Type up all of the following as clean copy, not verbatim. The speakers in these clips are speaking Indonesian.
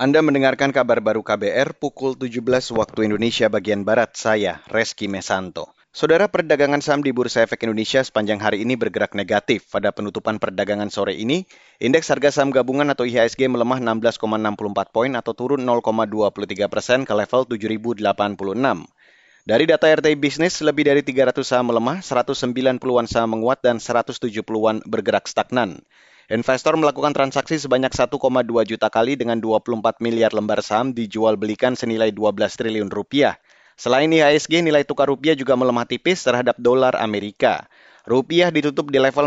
Anda mendengarkan kabar baru KBR pukul 17 waktu Indonesia bagian Barat, saya, Reski Mesanto. Saudara, perdagangan saham di Bursa Efek Indonesia sepanjang hari ini bergerak negatif. Pada penutupan perdagangan sore ini, indeks harga saham gabungan atau IHSG melemah 16,64 poin atau turun 0,23% ke level 7.086. Dari data RTI Bisnis, lebih dari 300 saham melemah, 190-an saham menguat, dan 170-an bergerak stagnan. Investor melakukan transaksi sebanyak 1,2 juta kali dengan 24 miliar lembar saham dijual belikan senilai 12 triliun rupiah. Selain IHSG, nilai tukar rupiah juga melemah tipis terhadap dolar Amerika. Rupiah ditutup di level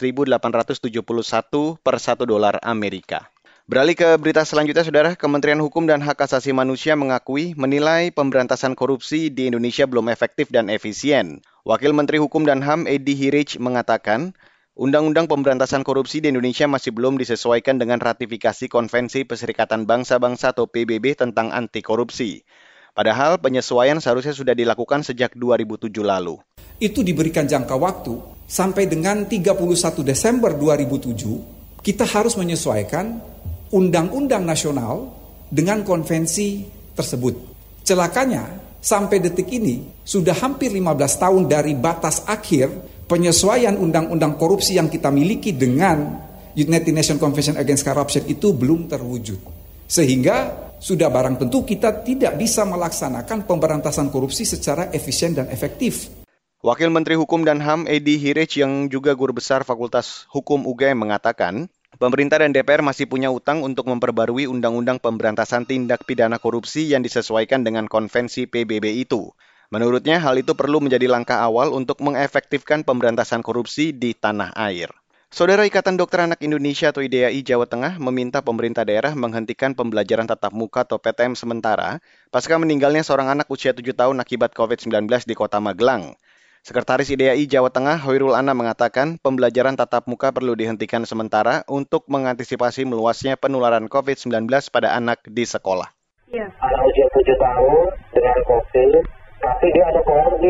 14.871 per 1 dolar Amerika. Beralih ke berita selanjutnya, Saudara. Kementerian Hukum dan Hak Asasi Manusia menilai pemberantasan korupsi di Indonesia belum efektif dan efisien. Wakil Menteri Hukum dan HAM Edi Hirij mengatakan, Undang-Undang Pemberantasan Korupsi di Indonesia masih belum disesuaikan dengan ratifikasi Konvensi Perserikatan Bangsa-Bangsa atau PBB tentang anti korupsi. Padahal penyesuaian seharusnya sudah dilakukan sejak 2007 lalu. Itu diberikan jangka waktu sampai dengan 31 Desember 2007, kita harus menyesuaikan undang-undang nasional dengan konvensi tersebut. Celakanya, sampai detik ini sudah hampir 15 tahun dari batas akhir penyesuaian undang-undang korupsi yang kita miliki dengan United Nations Convention Against Corruption itu belum terwujud. Sehingga sudah barang tentu kita tidak bisa melaksanakan pemberantasan korupsi secara efisien dan efektif. Wakil Menteri Hukum dan HAM Edi Hirij yang juga guru besar Fakultas Hukum UGM mengatakan, pemerintah dan DPR masih punya utang untuk memperbarui Undang-Undang Pemberantasan Tindak Pidana Korupsi yang disesuaikan dengan konvensi PBB itu. Menurutnya, hal itu perlu menjadi langkah awal untuk mengefektifkan pemberantasan korupsi di tanah air. Saudara, Ikatan Dokter Anak Indonesia atau IDAI Jawa Tengah meminta pemerintah daerah menghentikan pembelajaran tatap muka atau PTM sementara pasca meninggalnya seorang anak usia 7 tahun akibat COVID-19 di Kota Magelang. Sekretaris IDAI Jawa Tengah, Hoirul Anam, mengatakan pembelajaran tatap muka perlu dihentikan sementara untuk mengantisipasi meluasnya penularan COVID-19 pada anak di sekolah. Iya. Anak usia 7 tahun dengan COVID, tapi dia ada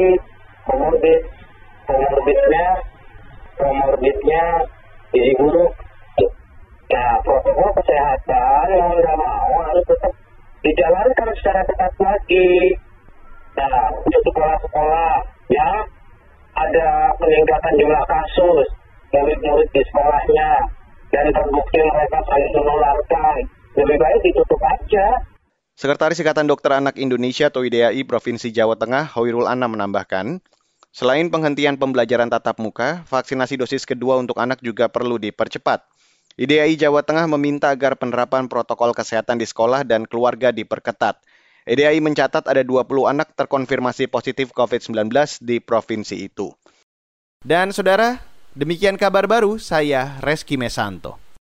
komorbidnya gizi buruk. Nah, protokol kesehatan mau nggak mau harus tetap dijalankan secara ketat lagi. Nah, untuk sekolah-sekolah yang ada peningkatan jumlah kasus murid-murid di sekolahnya dan terbukti mereka saling menularkan, lebih baik ditutup aja. Sekretaris Ikatan Dokter Anak Indonesia atau IDAI Provinsi Jawa Tengah, Hoirul Anam, menambahkan, selain penghentian pembelajaran tatap muka, vaksinasi dosis kedua untuk anak juga perlu dipercepat. IDAI Jawa Tengah meminta agar penerapan protokol kesehatan di sekolah dan keluarga diperketat. IDAI mencatat ada 20 anak terkonfirmasi positif COVID-19 di provinsi itu. Dan saudara, demikian kabar baru, saya Reski Mesanto.